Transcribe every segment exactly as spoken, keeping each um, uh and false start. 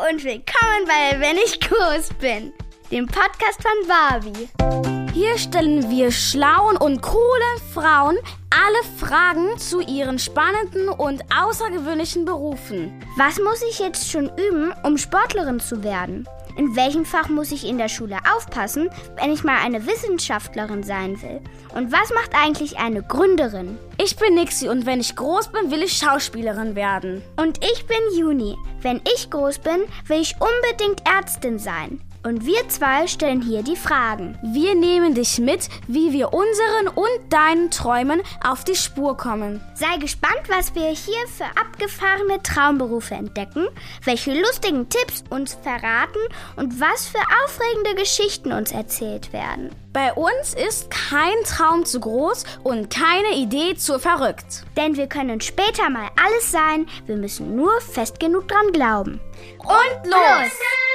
und willkommen bei Wenn ich groß bin, dem Podcast von Barbie. Hier stellen wir schlauen und coolen Frauen alle Fragen zu ihren spannenden und außergewöhnlichen Berufen. Was muss ich jetzt schon üben, um Sportlerin zu werden? In welchem Fach muss ich in der Schule aufpassen, wenn ich mal eine Wissenschaftlerin sein will? Und was macht eigentlich eine Gründerin? Ich bin Nixie und wenn ich groß bin, will ich Schauspielerin werden. Und ich bin Juni. Wenn ich groß bin, will ich unbedingt Ärztin sein. Und wir zwei stellen hier die Fragen. Wir nehmen dich mit, wie wir unseren und deinen Träumen auf die Spur kommen. Sei gespannt, was wir hier für abgefahrene Traumberufe entdecken, welche lustigen Tipps uns verraten und was für aufregende Geschichten uns erzählt werden. Bei uns ist kein Traum zu groß und keine Idee zu verrückt. Denn wir können später mal alles sein, wir müssen nur fest genug dran glauben. Und los!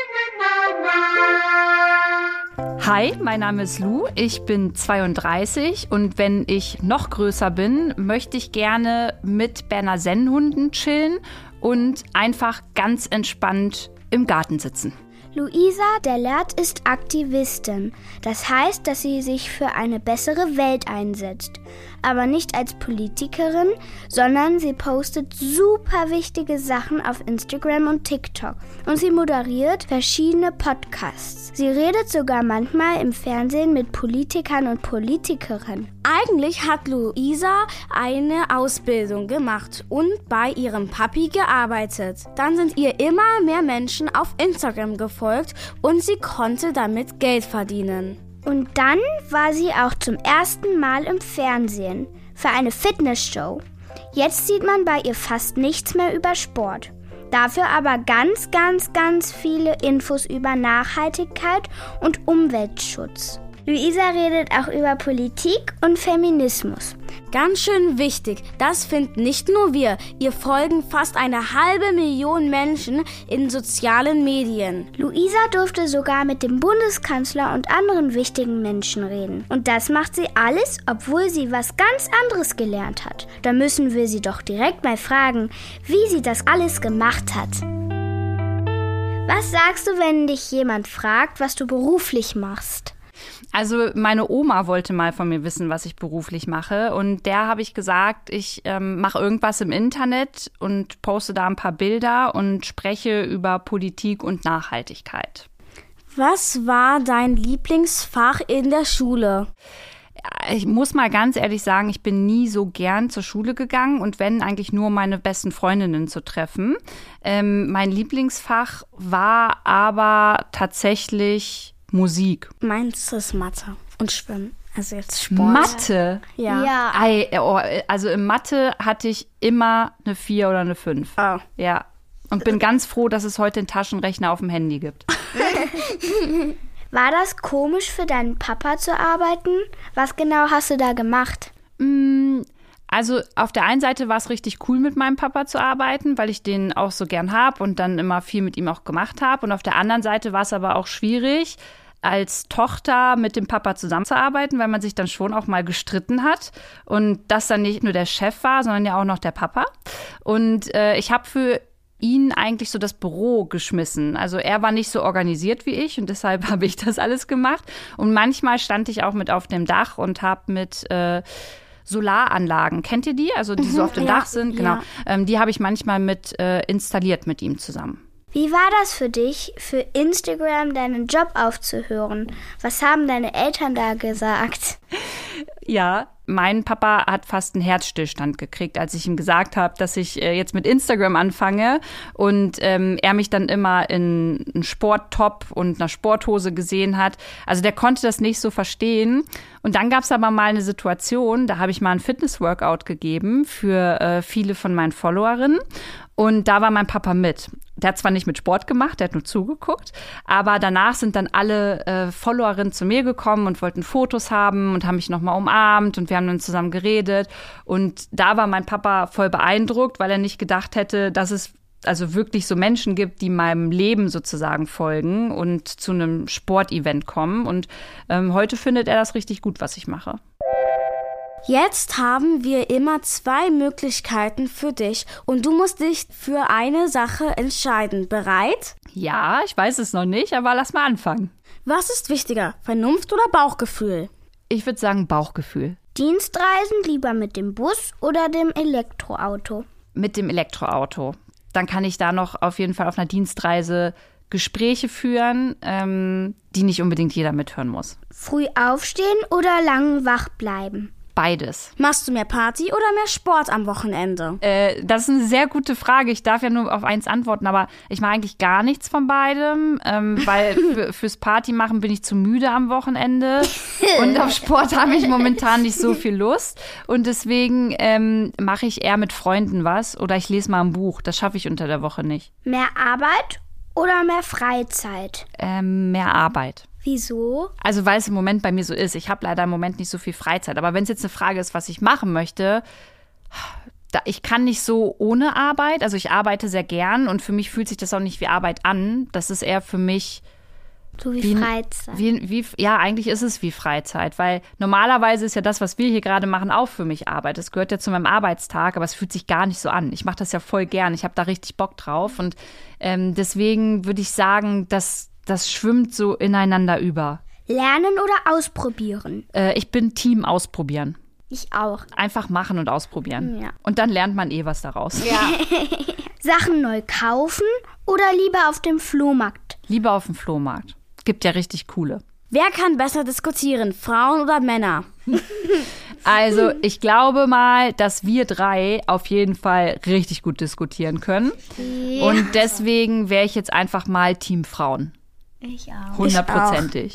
Hi, mein Name ist Lou, ich bin zweiunddreißig und wenn ich noch größer bin, möchte ich gerne mit Berner Sennenhunden chillen und einfach ganz entspannt im Garten sitzen. Luisa Dellert ist Aktivistin. Das heißt, dass sie sich für eine bessere Welt einsetzt. Aber nicht als Politikerin, sondern sie postet super wichtige Sachen auf Instagram und TikTok. Und sie moderiert verschiedene Podcasts. Sie redet sogar manchmal im Fernsehen mit Politikern und Politikerinnen. Eigentlich hat Luisa eine Ausbildung gemacht und bei ihrem Papi gearbeitet. Dann sind ihr immer mehr Menschen auf Instagram gefolgt und sie konnte damit Geld verdienen. Und dann war sie auch zum ersten Mal im Fernsehen für eine Fitnessshow. Jetzt sieht man bei ihr fast nichts mehr über Sport. Dafür aber ganz, ganz, ganz viele Infos über Nachhaltigkeit und Umweltschutz. Luisa redet auch über Politik und Feminismus. Ganz schön wichtig, das finden nicht nur wir. Ihr folgen fast eine halbe Million Menschen in sozialen Medien. Luisa durfte sogar mit dem Bundeskanzler und anderen wichtigen Menschen reden. Und das macht sie alles, obwohl sie was ganz anderes gelernt hat. Da müssen wir sie doch direkt mal fragen, wie sie das alles gemacht hat. Was sagst du, wenn dich jemand fragt, was du beruflich machst? Also meine Oma wollte mal von mir wissen, was ich beruflich mache. Und der habe ich gesagt, ich ähm, mache irgendwas im Internet und poste da ein paar Bilder und spreche über Politik und Nachhaltigkeit. Was war dein Lieblingsfach in der Schule? Ich muss mal ganz ehrlich sagen, ich bin nie so gern zur Schule gegangen und wenn eigentlich nur um meine besten Freundinnen zu treffen. Ähm, mein Lieblingsfach war aber tatsächlich Musik. Meins ist Mathe und Schwimmen. Also jetzt Sport. Mathe? Ja. Ja. Ei, oh, also in Mathe hatte ich immer eine vier oder eine fünf. Oh. Ja. Und bin ganz froh, dass es heute einen Taschenrechner auf dem Handy gibt. War das komisch für deinen Papa zu arbeiten? Was genau hast du da gemacht? Also auf der einen Seite war es richtig cool, mit meinem Papa zu arbeiten, weil ich den auch so gern habe und dann immer viel mit ihm auch gemacht habe. Und auf der anderen Seite war es aber auch schwierig, als Tochter mit dem Papa zusammenzuarbeiten, weil man sich dann schon auch mal gestritten hat und das dann nicht nur der Chef war, sondern ja auch noch der Papa. Und äh, ich habe für ihn eigentlich so das Büro geschmissen. Also er war nicht so organisiert wie ich und deshalb habe ich das alles gemacht. Und manchmal stand ich auch mit auf dem Dach und habe mit äh, Solaranlagen, kennt ihr die? Also die so auf dem ja, Dach sind, genau. Ja. Ähm, die habe ich manchmal mit äh, installiert mit ihm zusammen. Wie war das für dich, für Instagram deinen Job aufzuhören? Was haben deine Eltern da gesagt? Ja, mein Papa hat fast einen Herzstillstand gekriegt, als ich ihm gesagt habe, dass ich äh, jetzt mit Instagram anfange und ähm, er mich dann immer in einem Sporttop und einer Sporthose gesehen hat. Also der konnte das nicht so verstehen. Und dann gab es aber mal eine Situation, da habe ich mal ein Fitness-Workout gegeben für äh, viele von meinen Followerinnen. Und da war mein Papa mit. Der hat zwar nicht mit Sport gemacht, der hat nur zugeguckt, aber danach sind dann alle äh, Followerinnen zu mir gekommen und wollten Fotos haben und haben mich nochmal umarmt und wir haben dann zusammen geredet. Und da war mein Papa voll beeindruckt, weil er nicht gedacht hätte, dass es also wirklich so Menschen gibt, die meinem Leben sozusagen folgen und zu einem Sportevent kommen. Und ähm, heute findet er das richtig gut, was ich mache. Jetzt haben wir immer zwei Möglichkeiten für dich und du musst dich für eine Sache entscheiden. Bereit? Ja, ich weiß es noch nicht, aber lass mal anfangen. Was ist wichtiger, Vernunft oder Bauchgefühl? Ich würde sagen Bauchgefühl. Dienstreisen lieber mit dem Bus oder dem Elektroauto? Mit dem Elektroauto. Dann kann ich da noch auf jeden Fall auf einer Dienstreise Gespräche führen, ähm, die nicht unbedingt jeder mithören muss. Früh aufstehen oder lang wach bleiben? Beides. Machst du mehr Party oder mehr Sport am Wochenende? Äh, das ist eine sehr gute Frage. Ich darf ja nur auf eins antworten, aber ich mache eigentlich gar nichts von beidem, ähm, weil für, fürs Party machen bin ich zu müde am Wochenende und auf Sport habe ich momentan nicht so viel Lust und deswegen ähm, mache ich eher mit Freunden was oder ich lese mal ein Buch. Das schaffe ich unter der Woche nicht. Mehr Arbeit oder mehr Freizeit? Ähm, mehr Arbeit. Wieso? Also weil es im Moment bei mir so ist. Ich habe leider im Moment nicht so viel Freizeit. Aber wenn es jetzt eine Frage ist, was ich machen möchte, da, ich kann nicht so ohne Arbeit. Also ich arbeite sehr gern und für mich fühlt sich das auch nicht wie Arbeit an. Das ist eher für mich so wie, wie Freizeit. Wie, wie, ja, eigentlich ist es wie Freizeit. Weil normalerweise ist ja das, was wir hier gerade machen, auch für mich Arbeit. Es gehört ja zu meinem Arbeitstag, aber es fühlt sich gar nicht so an. Ich mache das ja voll gern. Ich habe da richtig Bock drauf. Und ähm, deswegen würde ich sagen, dass das schwimmt so ineinander über. Lernen oder ausprobieren? Äh, ich bin Team ausprobieren. Ich auch. Einfach machen und ausprobieren. Ja. Und dann lernt man eh was daraus. Ja. Sachen neu kaufen oder lieber auf dem Flohmarkt? Lieber auf dem Flohmarkt. Gibt ja richtig coole. Wer kann besser diskutieren, Frauen oder Männer? Also ich glaube mal, dass wir drei auf jeden Fall richtig gut diskutieren können. Ja. Und deswegen wäre ich jetzt einfach mal Team Frauen. Ich auch. Hundertprozentig.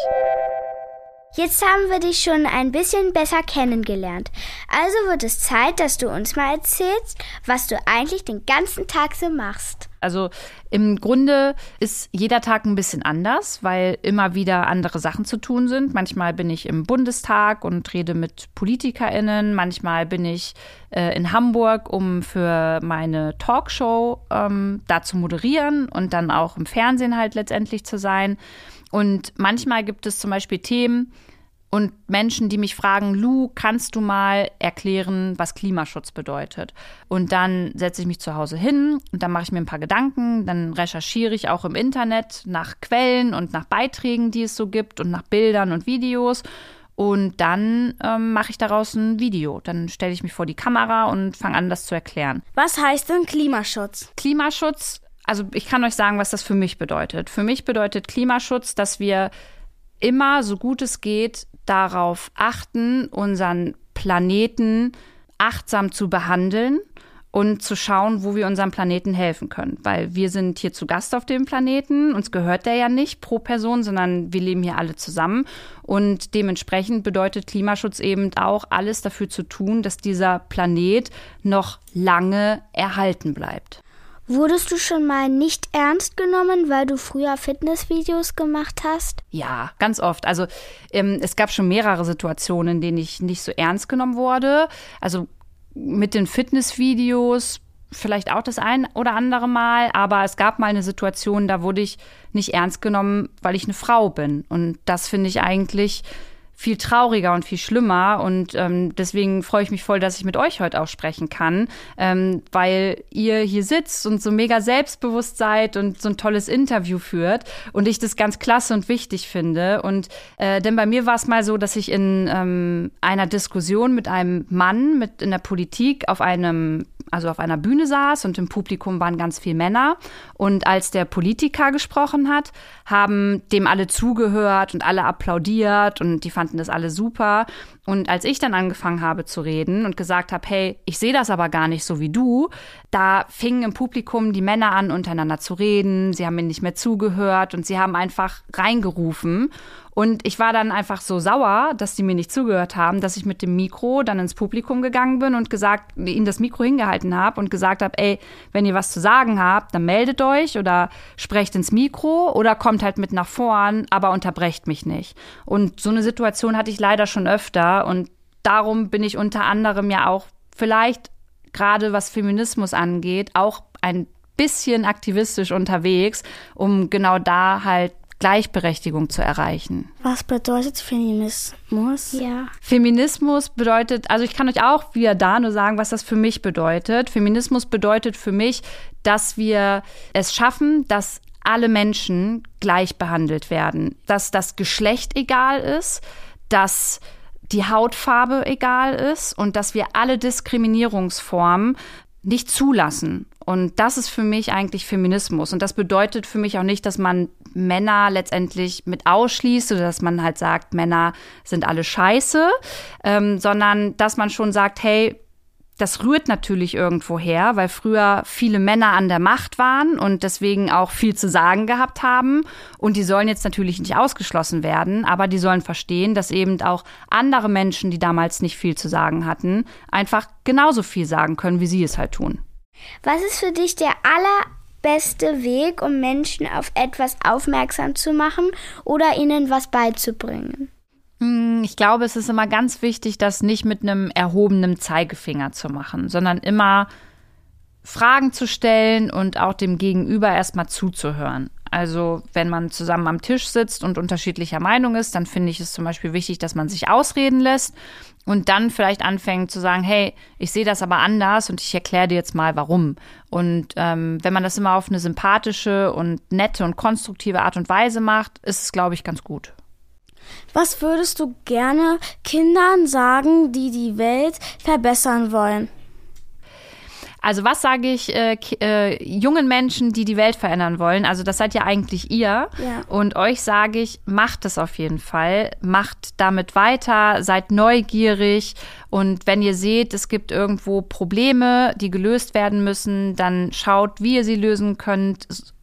Jetzt haben wir dich schon ein bisschen besser kennengelernt. Also wird es Zeit, dass du uns mal erzählst, was du eigentlich den ganzen Tag so machst. Also im Grunde ist jeder Tag ein bisschen anders, weil immer wieder andere Sachen zu tun sind. Manchmal bin ich im Bundestag und rede mit PolitikerInnen. Manchmal bin ich äh, in Hamburg, um für meine Talkshow ähm, da zu moderieren und dann auch im Fernsehen halt letztendlich zu sein. Und manchmal gibt es zum Beispiel Themen und Menschen, die mich fragen, Lu, kannst du mal erklären, was Klimaschutz bedeutet? Und dann setze ich mich zu Hause hin und dann mache ich mir ein paar Gedanken, dann recherchiere ich auch im Internet nach Quellen und nach Beiträgen, die es so gibt und nach Bildern und Videos. Und dann ähm, mache ich daraus ein Video. Dann stelle ich mich vor die Kamera und fange an, das zu erklären. Was heißt denn Klimaschutz? Klimaschutz, also ich kann euch sagen, was das für mich bedeutet. Für mich bedeutet Klimaschutz, dass wir immer, so gut es geht, darauf achten, unseren Planeten achtsam zu behandeln und zu schauen, wo wir unserem Planeten helfen können. Weil wir sind hier zu Gast auf dem Planeten, uns gehört der ja nicht pro Person, sondern wir leben hier alle zusammen. Und dementsprechend bedeutet Klimaschutz eben auch, alles dafür zu tun, dass dieser Planet noch lange erhalten bleibt. Wurdest du schon mal nicht ernst genommen, weil du früher Fitnessvideos gemacht hast? Ja, ganz oft. Also ähm, es gab schon mehrere Situationen, in denen ich nicht so ernst genommen wurde. Also mit den Fitnessvideos vielleicht auch das ein oder andere Mal. Aber es gab mal eine Situation, da wurde ich nicht ernst genommen, weil ich eine Frau bin. Und das finde ich eigentlich viel trauriger und viel schlimmer. Und ähm, deswegen freue ich mich voll, dass ich mit euch heute auch sprechen kann, ähm, weil ihr hier sitzt und so mega selbstbewusst seid und so ein tolles Interview führt und ich das ganz klasse und wichtig finde. Und äh, denn bei mir war es mal so, dass ich in ähm, einer Diskussion mit einem Mann mit in der Politik auf einem also auf einer Bühne saß und im Publikum waren ganz viele Männer. Und als der Politiker gesprochen hat, haben dem alle zugehört und alle applaudiert und die fanden das alle super. Und als ich dann angefangen habe zu reden und gesagt habe, hey, ich sehe das aber gar nicht so wie du, da fingen im Publikum die Männer an, untereinander zu reden. Sie haben mir nicht mehr zugehört und sie haben einfach reingerufen. Und ich war dann einfach so sauer, dass die mir nicht zugehört haben, dass ich mit dem Mikro dann ins Publikum gegangen bin und gesagt, ihnen das Mikro hingehalten habe und gesagt habe, ey, wenn ihr was zu sagen habt, dann meldet euch oder sprecht ins Mikro oder kommt halt mit nach vorn, aber unterbrecht mich nicht. Und so eine Situation hatte ich leider schon öfter und darum bin ich unter anderem ja auch vielleicht gerade was Feminismus angeht, auch ein bisschen aktivistisch unterwegs, um genau da halt Gleichberechtigung zu erreichen. Was bedeutet Feminismus? Ja. Feminismus bedeutet, also ich kann euch auch wieder da nur sagen, was das für mich bedeutet. Feminismus bedeutet für mich, dass wir es schaffen, dass alle Menschen gleich behandelt werden. Dass das Geschlecht egal ist, dass die Hautfarbe egal ist und dass wir alle Diskriminierungsformen nicht zulassen. Und das ist für mich eigentlich Feminismus. Und das bedeutet für mich auch nicht, dass man Männer letztendlich mit ausschließt oder dass man halt sagt, Männer sind alle scheiße, ähm, sondern dass man schon sagt, hey, das rührt natürlich irgendwo her, weil früher viele Männer an der Macht waren und deswegen auch viel zu sagen gehabt haben. Und die sollen jetzt natürlich nicht ausgeschlossen werden, aber die sollen verstehen, dass eben auch andere Menschen, die damals nicht viel zu sagen hatten, einfach genauso viel sagen können, wie sie es halt tun. Was ist für dich der allerbeste Weg, um Menschen auf etwas aufmerksam zu machen oder ihnen was beizubringen? Ich glaube, es ist immer ganz wichtig, das nicht mit einem erhobenen Zeigefinger zu machen, sondern immer Fragen zu stellen und auch dem Gegenüber erstmal zuzuhören. Also wenn man zusammen am Tisch sitzt und unterschiedlicher Meinung ist, dann finde ich es zum Beispiel wichtig, dass man sich ausreden lässt und dann vielleicht anfängt zu sagen, hey, ich sehe das aber anders und ich erkläre dir jetzt mal, warum. Und ähm, wenn man das immer auf eine sympathische und nette und konstruktive Art und Weise macht, ist es, glaube ich, ganz gut. Was würdest du gerne Kindern sagen, die die Welt verbessern wollen? Also was sage ich äh, äh, jungen Menschen, die die Welt verändern wollen? Also das seid ja eigentlich ihr. Ja. Und euch sage ich, macht es auf jeden Fall. Macht damit weiter, seid neugierig. Und wenn ihr seht, es gibt irgendwo Probleme, die gelöst werden müssen, dann schaut, wie ihr sie lösen könnt.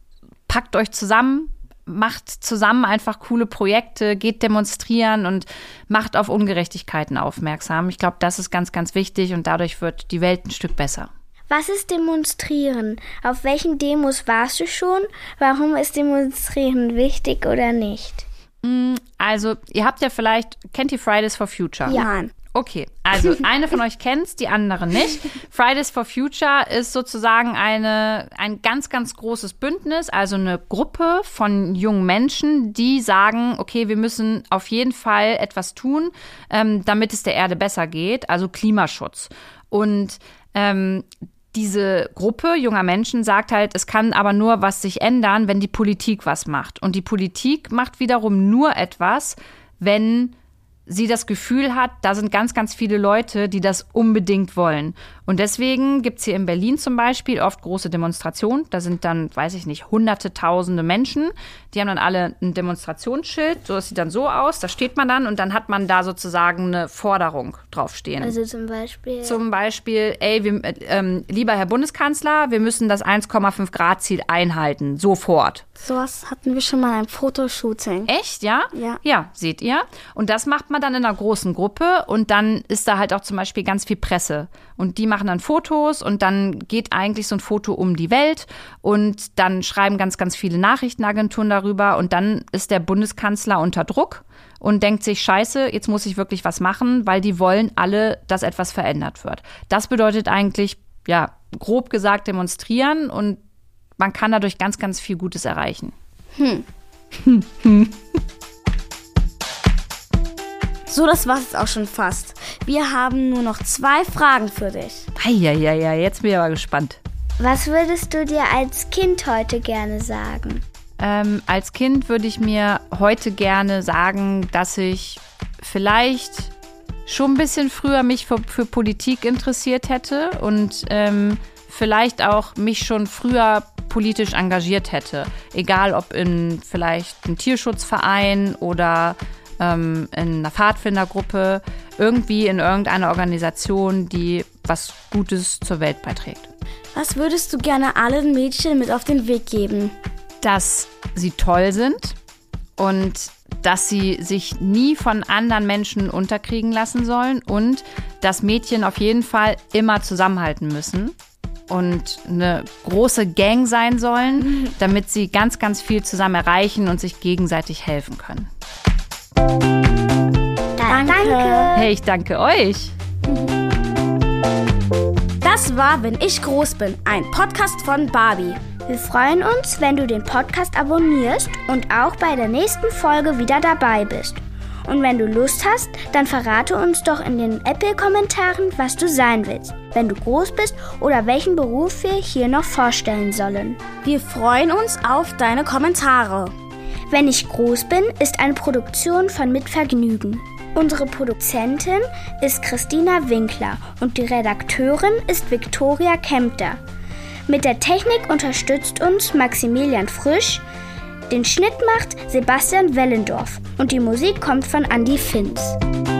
Packt euch zusammen. Macht zusammen einfach coole Projekte, geht demonstrieren und macht auf Ungerechtigkeiten aufmerksam. Ich glaube, das ist ganz, ganz wichtig und dadurch wird die Welt ein Stück besser. Was ist Demonstrieren? Auf welchen Demos warst du schon? Warum ist Demonstrieren wichtig oder nicht? Also, ihr habt ja vielleicht, kennt ihr Fridays for Future? Ja. Okay, also eine von euch kennt's, die andere nicht. Fridays for Future ist sozusagen eine, ein ganz, ganz großes Bündnis, also eine Gruppe von jungen Menschen, die sagen, okay, wir müssen auf jeden Fall etwas tun, ähm, damit es der Erde besser geht, also Klimaschutz. Und ähm, diese Gruppe junger Menschen sagt halt, es kann aber nur was sich ändern, wenn die Politik was macht. Und die Politik macht wiederum nur etwas, wenn sie das Gefühl hat, da sind ganz, ganz viele Leute, die das unbedingt wollen. Und deswegen gibt's hier in Berlin zum Beispiel oft große Demonstrationen. Da sind dann, weiß ich nicht, hunderte, tausende Menschen. Die haben dann alle ein Demonstrationsschild. So, das sieht dann so aus. Da steht man dann und dann hat man da sozusagen eine Forderung draufstehen. Also zum Beispiel? Zum Beispiel, ey, wir, ähm, lieber Herr Bundeskanzler, wir müssen das eins Komma fünf Grad Ziel einhalten. Sofort. Sowas hatten wir schon mal ein Fotoshooting. Echt, ja? Ja. Ja, seht ihr. Und das macht man dann in einer großen Gruppe und dann ist da halt auch zum Beispiel ganz viel Presse. Und die machen dann Fotos und dann geht eigentlich so ein Foto um die Welt und dann schreiben ganz, ganz viele Nachrichtenagenturen darüber und dann ist der Bundeskanzler unter Druck und denkt sich, scheiße, jetzt muss ich wirklich was machen, weil die wollen alle, dass etwas verändert wird. Das bedeutet eigentlich, ja, grob gesagt demonstrieren und man kann dadurch ganz, ganz viel Gutes erreichen. Hm. So, das war's jetzt auch schon fast. Wir haben nur noch zwei Fragen für dich. Eieiei, jetzt bin ich aber gespannt. Was würdest du dir als Kind heute gerne sagen? Ähm, als Kind würde ich mir heute gerne sagen, dass ich vielleicht schon ein bisschen früher mich für, für Politik interessiert hätte und ähm, vielleicht auch mich schon früher politisch engagiert hätte. Egal ob in vielleicht einem Tierschutzverein oder ähm, in einer Pfadfindergruppe, irgendwie in irgendeiner Organisation, die was Gutes zur Welt beiträgt. Was würdest du gerne allen Mädchen mit auf den Weg geben? Dass sie toll sind und dass sie sich nie von anderen Menschen unterkriegen lassen sollen und dass Mädchen auf jeden Fall immer zusammenhalten müssen und eine große Gang sein sollen, damit sie ganz, ganz viel zusammen erreichen und sich gegenseitig helfen können. Danke. Hey, ich danke euch. Das Das war Wenn ich groß bin, ein Podcast von Barbie. Wir freuen uns, wenn du den Podcast abonnierst und auch bei der nächsten Folge wieder dabei bist. Und wenn du Lust hast, dann verrate uns doch in den Apple-Kommentaren, was du sein willst, wenn du groß bist oder welchen Beruf wir hier noch vorstellen sollen. Wir freuen uns auf deine Kommentare. Wenn ich groß bin, ist eine Produktion von Mit Vergnügen. Unsere Produzentin ist Christina Winkler und die Redakteurin ist Viktoria Kempter. Mit der Technik unterstützt uns Maximilian Frisch, den Schnitt macht Sebastian Wellendorf und die Musik kommt von Andi Finz.